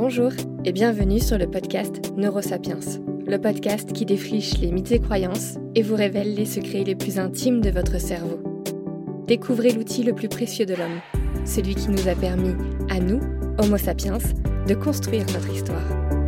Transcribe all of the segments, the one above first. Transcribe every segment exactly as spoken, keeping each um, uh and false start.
Bonjour et bienvenue sur le podcast Neurosapiens, le podcast qui défriche les mythes et croyances et vous révèle les secrets les plus intimes de votre cerveau. Découvrez l'outil le plus précieux de l'homme, celui qui nous a permis, à nous, Homo sapiens, de construire notre histoire.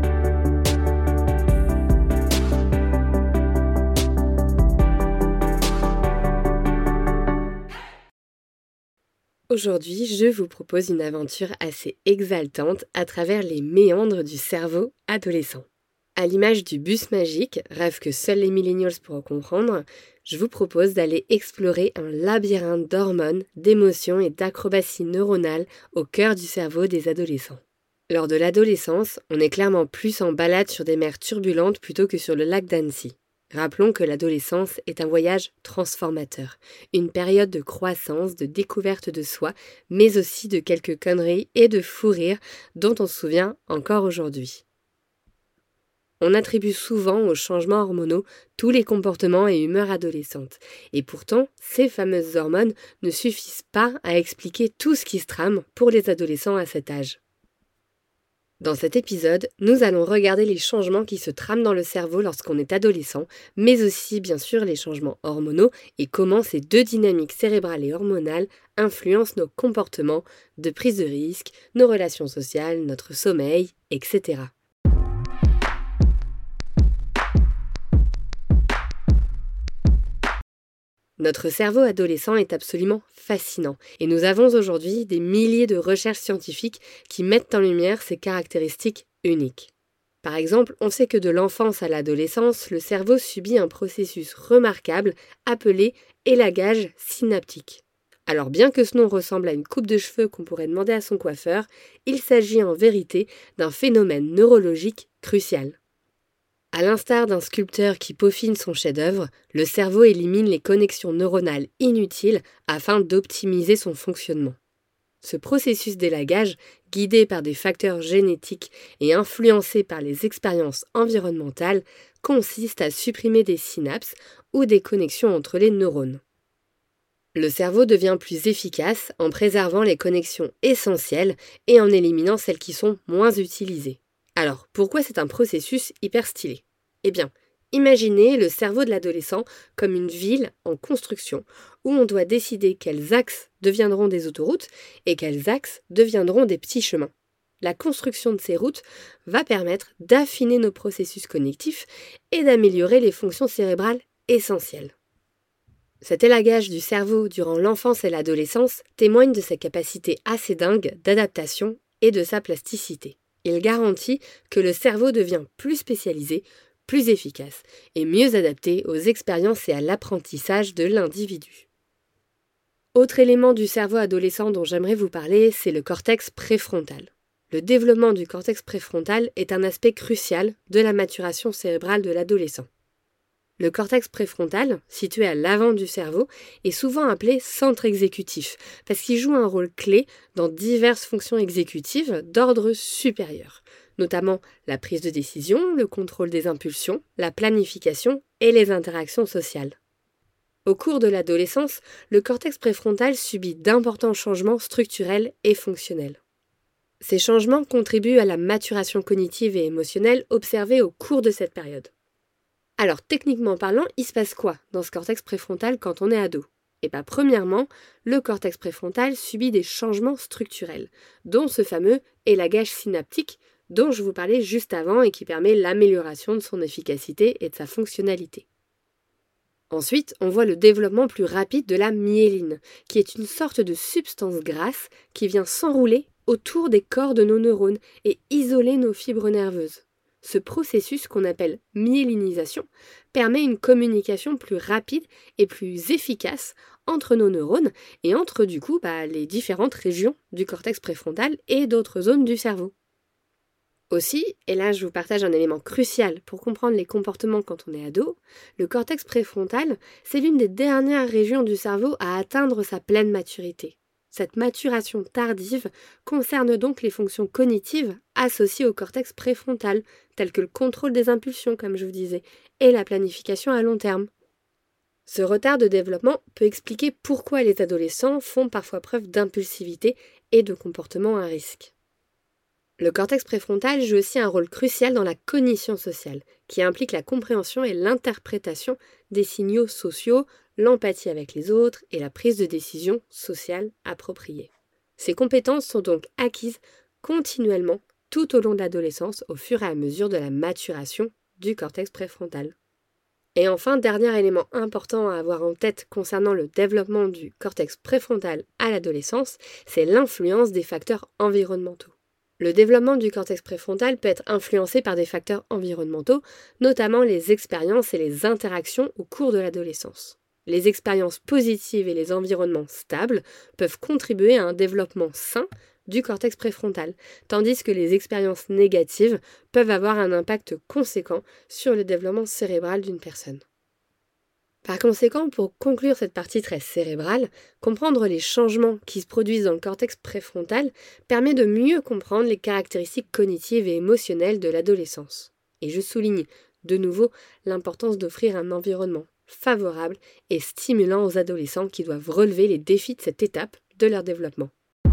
Aujourd'hui, je vous propose une aventure assez exaltante à travers les méandres du cerveau adolescent. À l'image du bus magique, rêve que seuls les millennials pourront comprendre, je vous propose d'aller explorer un labyrinthe d'hormones, d'émotions et d'acrobaties neuronales au cœur du cerveau des adolescents. Lors de l'adolescence, on est clairement plus en balade sur des mers turbulentes plutôt que sur le lac d'Annecy. Rappelons que l'adolescence est un voyage transformateur, une période de croissance, de découverte de soi, mais aussi de quelques conneries et de fous rires dont on se souvient encore aujourd'hui. On attribue souvent aux changements hormonaux tous les comportements et humeurs adolescentes, et pourtant, ces fameuses hormones ne suffisent pas à expliquer tout ce qui se trame pour les adolescents à cet âge. Dans cet épisode, nous allons regarder les changements qui se trament dans le cerveau lorsqu'on est adolescent, mais aussi bien sûr les changements hormonaux et comment ces deux dynamiques cérébrales et hormonales influencent nos comportements de prise de risque, nos relations sociales, notre sommeil, et cetera. Notre cerveau adolescent est absolument fascinant et nous avons aujourd'hui des milliers de recherches scientifiques qui mettent en lumière ces caractéristiques uniques. Par exemple, on sait que de l'enfance à l'adolescence, le cerveau subit un processus remarquable appelé élagage synaptique. Alors bien que ce nom ressemble à une coupe de cheveux qu'on pourrait demander à son coiffeur, il s'agit en vérité d'un phénomène neurologique crucial. À l'instar d'un sculpteur qui peaufine son chef-d'œuvre, le cerveau élimine les connexions neuronales inutiles afin d'optimiser son fonctionnement. Ce processus d'élagage, guidé par des facteurs génétiques et influencé par les expériences environnementales, consiste à supprimer des synapses ou des connexions entre les neurones. Le cerveau devient plus efficace en préservant les connexions essentielles et en éliminant celles qui sont moins utilisées. Alors, pourquoi c'est un processus hyper stylé ? Eh bien, imaginez le cerveau de l'adolescent comme une ville en construction, où on doit décider quels axes deviendront des autoroutes et quels axes deviendront des petits chemins. La construction de ces routes va permettre d'affiner nos processus cognitifs et d'améliorer les fonctions cérébrales essentielles. Cet élagage du cerveau durant l'enfance et l'adolescence témoigne de sa capacité assez dingue d'adaptation et de sa plasticité. Il garantit que le cerveau devient plus spécialisé, plus efficace et mieux adapté aux expériences et à l'apprentissage de l'individu. Autre élément du cerveau adolescent dont j'aimerais vous parler, c'est le cortex préfrontal. Le développement du cortex préfrontal est un aspect crucial de la maturation cérébrale de l'adolescent. Le cortex préfrontal, situé à l'avant du cerveau, est souvent appelé centre exécutif parce qu'il joue un rôle clé dans diverses fonctions exécutives d'ordre supérieur, notamment la prise de décision, le contrôle des impulsions, la planification et les interactions sociales. Au cours de l'adolescence, le cortex préfrontal subit d'importants changements structurels et fonctionnels. Ces changements contribuent à la maturation cognitive et émotionnelle observée au cours de cette période. Alors, techniquement parlant, il se passe quoi dans ce cortex préfrontal quand on est ado ? Eh bien, premièrement, le cortex préfrontal subit des changements structurels, dont ce fameux élagage synaptique dont je vous parlais juste avant et qui permet l'amélioration de son efficacité et de sa fonctionnalité. Ensuite, on voit le développement plus rapide de la myéline, qui est une sorte de substance grasse qui vient s'enrouler autour des corps de nos neurones et isoler nos fibres nerveuses. Ce processus qu'on appelle myélinisation permet une communication plus rapide et plus efficace entre nos neurones et entre du coup bah, les différentes régions du cortex préfrontal et d'autres zones du cerveau. Aussi, et là je vous partage un élément crucial pour comprendre les comportements quand on est ado, le cortex préfrontal, c'est l'une des dernières régions du cerveau à atteindre sa pleine maturité. Cette maturation tardive concerne donc les fonctions cognitives associées au cortex préfrontal, telles que le contrôle des impulsions, comme je vous disais, et la planification à long terme. Ce retard de développement peut expliquer pourquoi les adolescents font parfois preuve d'impulsivité et de comportements à risque. Le cortex préfrontal joue aussi un rôle crucial dans la cognition sociale, qui implique la compréhension et l'interprétation des signaux sociaux, l'empathie avec les autres et la prise de décision sociale appropriée. Ces compétences sont donc acquises continuellement tout au long de l'adolescence au fur et à mesure de la maturation du cortex préfrontal. Et enfin, dernier élément important à avoir en tête concernant le développement du cortex préfrontal à l'adolescence, c'est l'influence des facteurs environnementaux. Le développement du cortex préfrontal peut être influencé par des facteurs environnementaux, notamment les expériences et les interactions au cours de l'adolescence. Les expériences positives et les environnements stables peuvent contribuer à un développement sain du cortex préfrontal, tandis que les expériences négatives peuvent avoir un impact conséquent sur le développement cérébral d'une personne. Par conséquent, pour conclure cette partie très cérébrale, comprendre les changements qui se produisent dans le cortex préfrontal permet de mieux comprendre les caractéristiques cognitives et émotionnelles de l'adolescence. Et je souligne de nouveau l'importance d'offrir un environnement favorable et stimulant aux adolescents qui doivent relever les défis de cette étape de leur développement.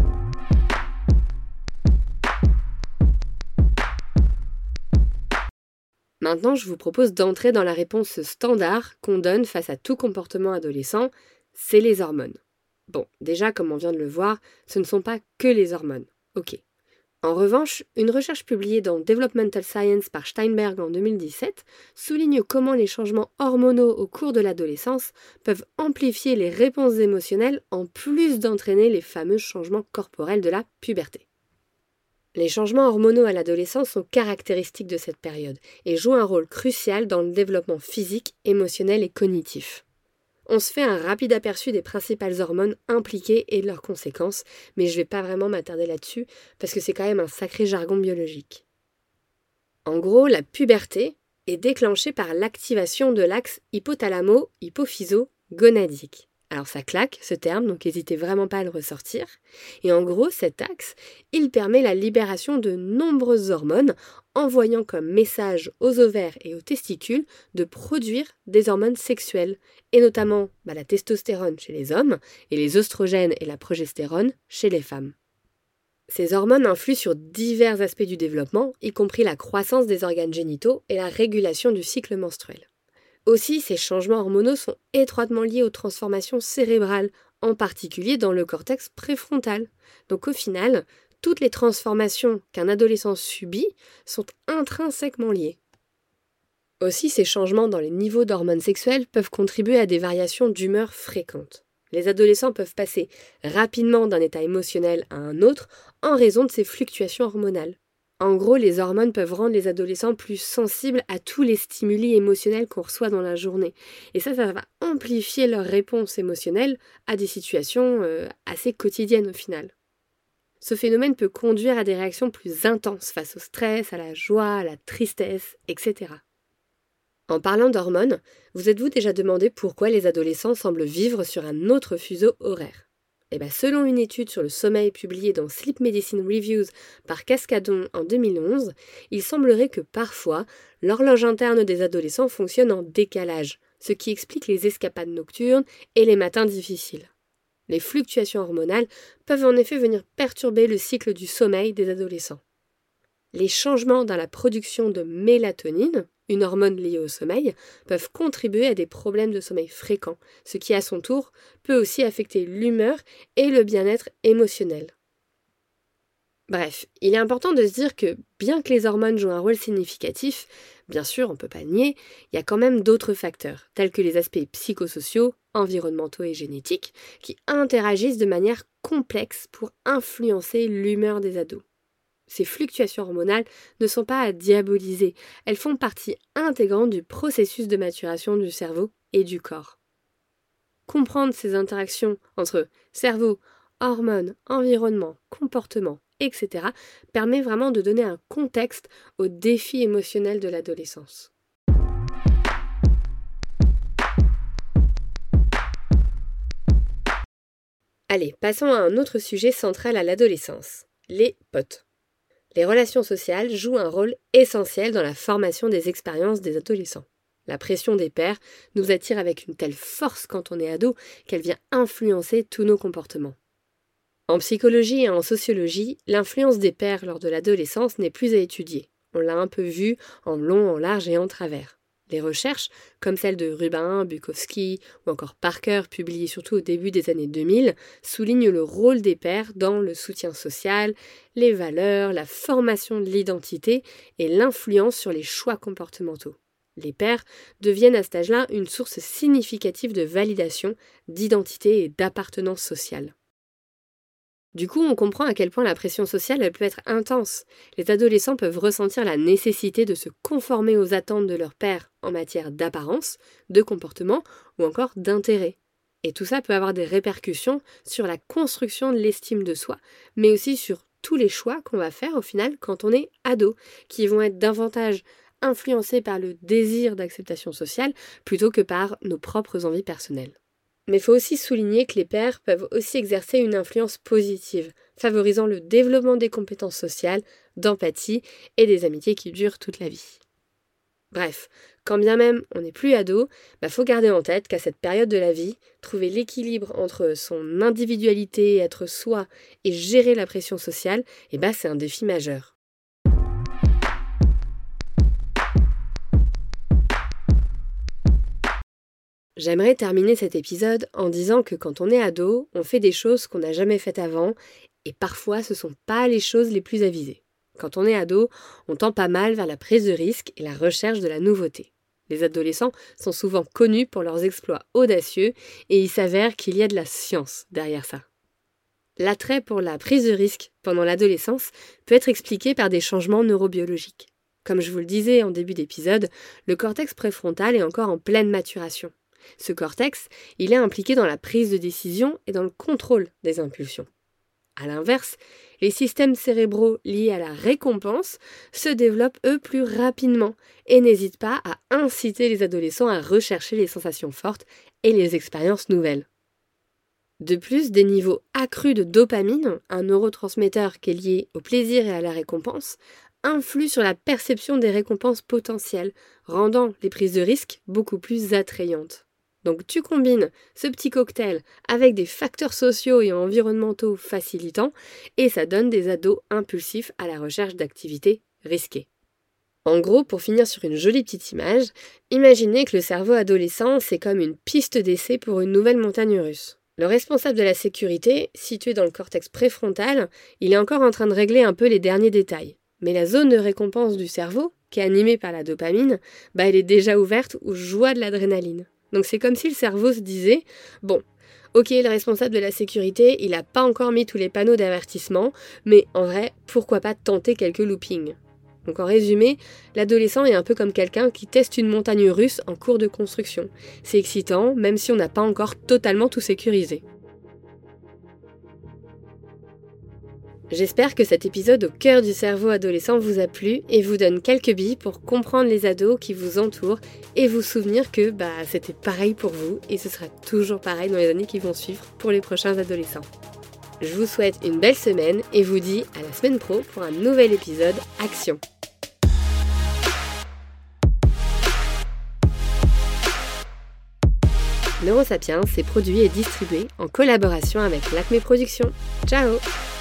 Maintenant, je vous propose d'entrer dans la réponse standard qu'on donne face à tout comportement adolescent, c'est les hormones. Bon, déjà, comme on vient de le voir, ce ne sont pas que les hormones. Ok. En revanche, une recherche publiée dans Developmental Science par Steinberg en deux mille dix-sept souligne comment les changements hormonaux au cours de l'adolescence peuvent amplifier les réponses émotionnelles en plus d'entraîner les fameux changements corporels de la puberté. Les changements hormonaux à l'adolescence sont caractéristiques de cette période et jouent un rôle crucial dans le développement physique, émotionnel et cognitif. On se fait un rapide aperçu des principales hormones impliquées et de leurs conséquences, mais je ne vais pas vraiment m'attarder là-dessus parce que c'est quand même un sacré jargon biologique. En gros, la puberté est déclenchée par l'activation de l'axe hypothalamo-hypophyso-gonadique. Alors ça claque, ce terme, donc n'hésitez vraiment pas à le ressortir. Et en gros, cet axe, il permet la libération de nombreuses hormones, envoyant comme message aux ovaires et aux testicules de produire des hormones sexuelles, et notamment bah, la testostérone chez les hommes, et les oestrogènes et la progestérone chez les femmes. Ces hormones influent sur divers aspects du développement, y compris la croissance des organes génitaux et la régulation du cycle menstruel. Aussi, ces changements hormonaux sont étroitement liés aux transformations cérébrales, en particulier dans le cortex préfrontal. Donc au final, toutes les transformations qu'un adolescent subit sont intrinsèquement liées. Aussi, ces changements dans les niveaux d'hormones sexuelles peuvent contribuer à des variations d'humeur fréquentes. Les adolescents peuvent passer rapidement d'un état émotionnel à un autre en raison de ces fluctuations hormonales. En gros, les hormones peuvent rendre les adolescents plus sensibles à tous les stimuli émotionnels qu'on reçoit dans la journée. Et ça, ça va amplifier leur réponse émotionnelle à des situations euh, assez quotidiennes au final. Ce phénomène peut conduire à des réactions plus intenses face au stress, à la joie, à la tristesse, et cetera. En parlant d'hormones, vous êtes-vous déjà demandé pourquoi les adolescents semblent vivre sur un autre fuseau horaire ? Eh bien, selon une étude sur le sommeil publiée dans Sleep Medicine Reviews par Cascadon en deux mille onze, il semblerait que parfois, l'horloge interne des adolescents fonctionne en décalage, ce qui explique les escapades nocturnes et les matins difficiles. Les fluctuations hormonales peuvent en effet venir perturber le cycle du sommeil des adolescents. Les changements dans la production de mélatonine, une hormone liée au sommeil, peuvent contribuer à des problèmes de sommeil fréquents, ce qui à son tour peut aussi affecter l'humeur et le bien-être émotionnel. Bref, il est important de se dire que bien que les hormones jouent un rôle significatif, bien sûr on ne peut pas le nier, il y a quand même d'autres facteurs, tels que les aspects psychosociaux, environnementaux et génétiques, qui interagissent de manière complexe pour influencer l'humeur des ados. Ces fluctuations hormonales ne sont pas à diaboliser, elles font partie intégrante du processus de maturation du cerveau et du corps. Comprendre ces interactions entre cerveau, hormones, environnement, comportement, et cetera permet vraiment de donner un contexte aux défis émotionnels de l'adolescence. Allez, passons à un autre sujet central à l'adolescence, les potes. Les relations sociales jouent un rôle essentiel dans la formation des expériences des adolescents. La pression des pairs nous attire avec une telle force quand on est ado qu'elle vient influencer tous nos comportements. En psychologie et en sociologie, l'influence des pairs lors de l'adolescence n'est plus à étudier. On l'a un peu vu en long, en large et en travers. Les recherches, comme celles de Rubin, Bukowski ou encore Parker, publiées surtout au début des années deux mille, soulignent le rôle des pairs dans le soutien social, les valeurs, la formation de l'identité et l'influence sur les choix comportementaux. Les pairs deviennent à cet âge-là une source significative de validation, d'identité et d'appartenance sociale. Du coup, on comprend à quel point la pression sociale elle peut être intense. Les adolescents peuvent ressentir la nécessité de se conformer aux attentes de leurs pairs en matière d'apparence, de comportement ou encore d'intérêt. Et tout ça peut avoir des répercussions sur la construction de l'estime de soi, mais aussi sur tous les choix qu'on va faire au final quand on est ado, qui vont être davantage influencés par le désir d'acceptation sociale plutôt que par nos propres envies personnelles. Mais il faut aussi souligner que les pairs peuvent aussi exercer une influence positive, favorisant le développement des compétences sociales, d'empathie et des amitiés qui durent toute la vie. Bref, quand bien même on n'est plus ado, bah faut garder en tête qu'à cette période de la vie, trouver l'équilibre entre son individualité, être soi et gérer la pression sociale, eh bah c'est un défi majeur. J'aimerais terminer cet épisode en disant que quand on est ado, on fait des choses qu'on n'a jamais faites avant et parfois ce ne sont pas les choses les plus avisées. Quand on est ado, on tend pas mal vers la prise de risque et la recherche de la nouveauté. Les adolescents sont souvent connus pour leurs exploits audacieux et il s'avère qu'il y a de la science derrière ça. L'attrait pour la prise de risque pendant l'adolescence peut être expliqué par des changements neurobiologiques. Comme je vous le disais en début d'épisode, le cortex préfrontal est encore en pleine maturation. Ce cortex, il est impliqué dans la prise de décision et dans le contrôle des impulsions. A l'inverse, les systèmes cérébraux liés à la récompense se développent eux plus rapidement et n'hésitent pas à inciter les adolescents à rechercher les sensations fortes et les expériences nouvelles. De plus, des niveaux accrus de dopamine, un neurotransmetteur qui est lié au plaisir et à la récompense, influent sur la perception des récompenses potentielles, rendant les prises de risque beaucoup plus attrayantes. Donc tu combines ce petit cocktail avec des facteurs sociaux et environnementaux facilitants et ça donne des ados impulsifs à la recherche d'activités risquées. En gros, pour finir sur une jolie petite image, imaginez que le cerveau adolescent c'est comme une piste d'essai pour une nouvelle montagne russe. Le responsable de la sécurité, situé dans le cortex préfrontal, il est encore en train de régler un peu les derniers détails. Mais la zone de récompense du cerveau, qui est animée par la dopamine, bah elle est déjà ouverte aux joies de l'adrénaline. Donc c'est comme si le cerveau se disait « Bon, ok, le responsable de la sécurité, il n'a pas encore mis tous les panneaux d'avertissement, mais en vrai, pourquoi pas tenter quelques loopings ?» Donc en résumé, l'adolescent est un peu comme quelqu'un qui teste une montagne russe en cours de construction. C'est excitant, même si on n'a pas encore totalement tout sécurisé. J'espère que cet épisode au cœur du cerveau adolescent vous a plu et vous donne quelques billes pour comprendre les ados qui vous entourent et vous souvenir que bah, c'était pareil pour vous et ce sera toujours pareil dans les années qui vont suivre pour les prochains adolescents. Je vous souhaite une belle semaine et vous dis à la semaine pro pour un nouvel épisode Action. Neurosapiens est produit et distribué en collaboration avec l'Acme Productions. Ciao!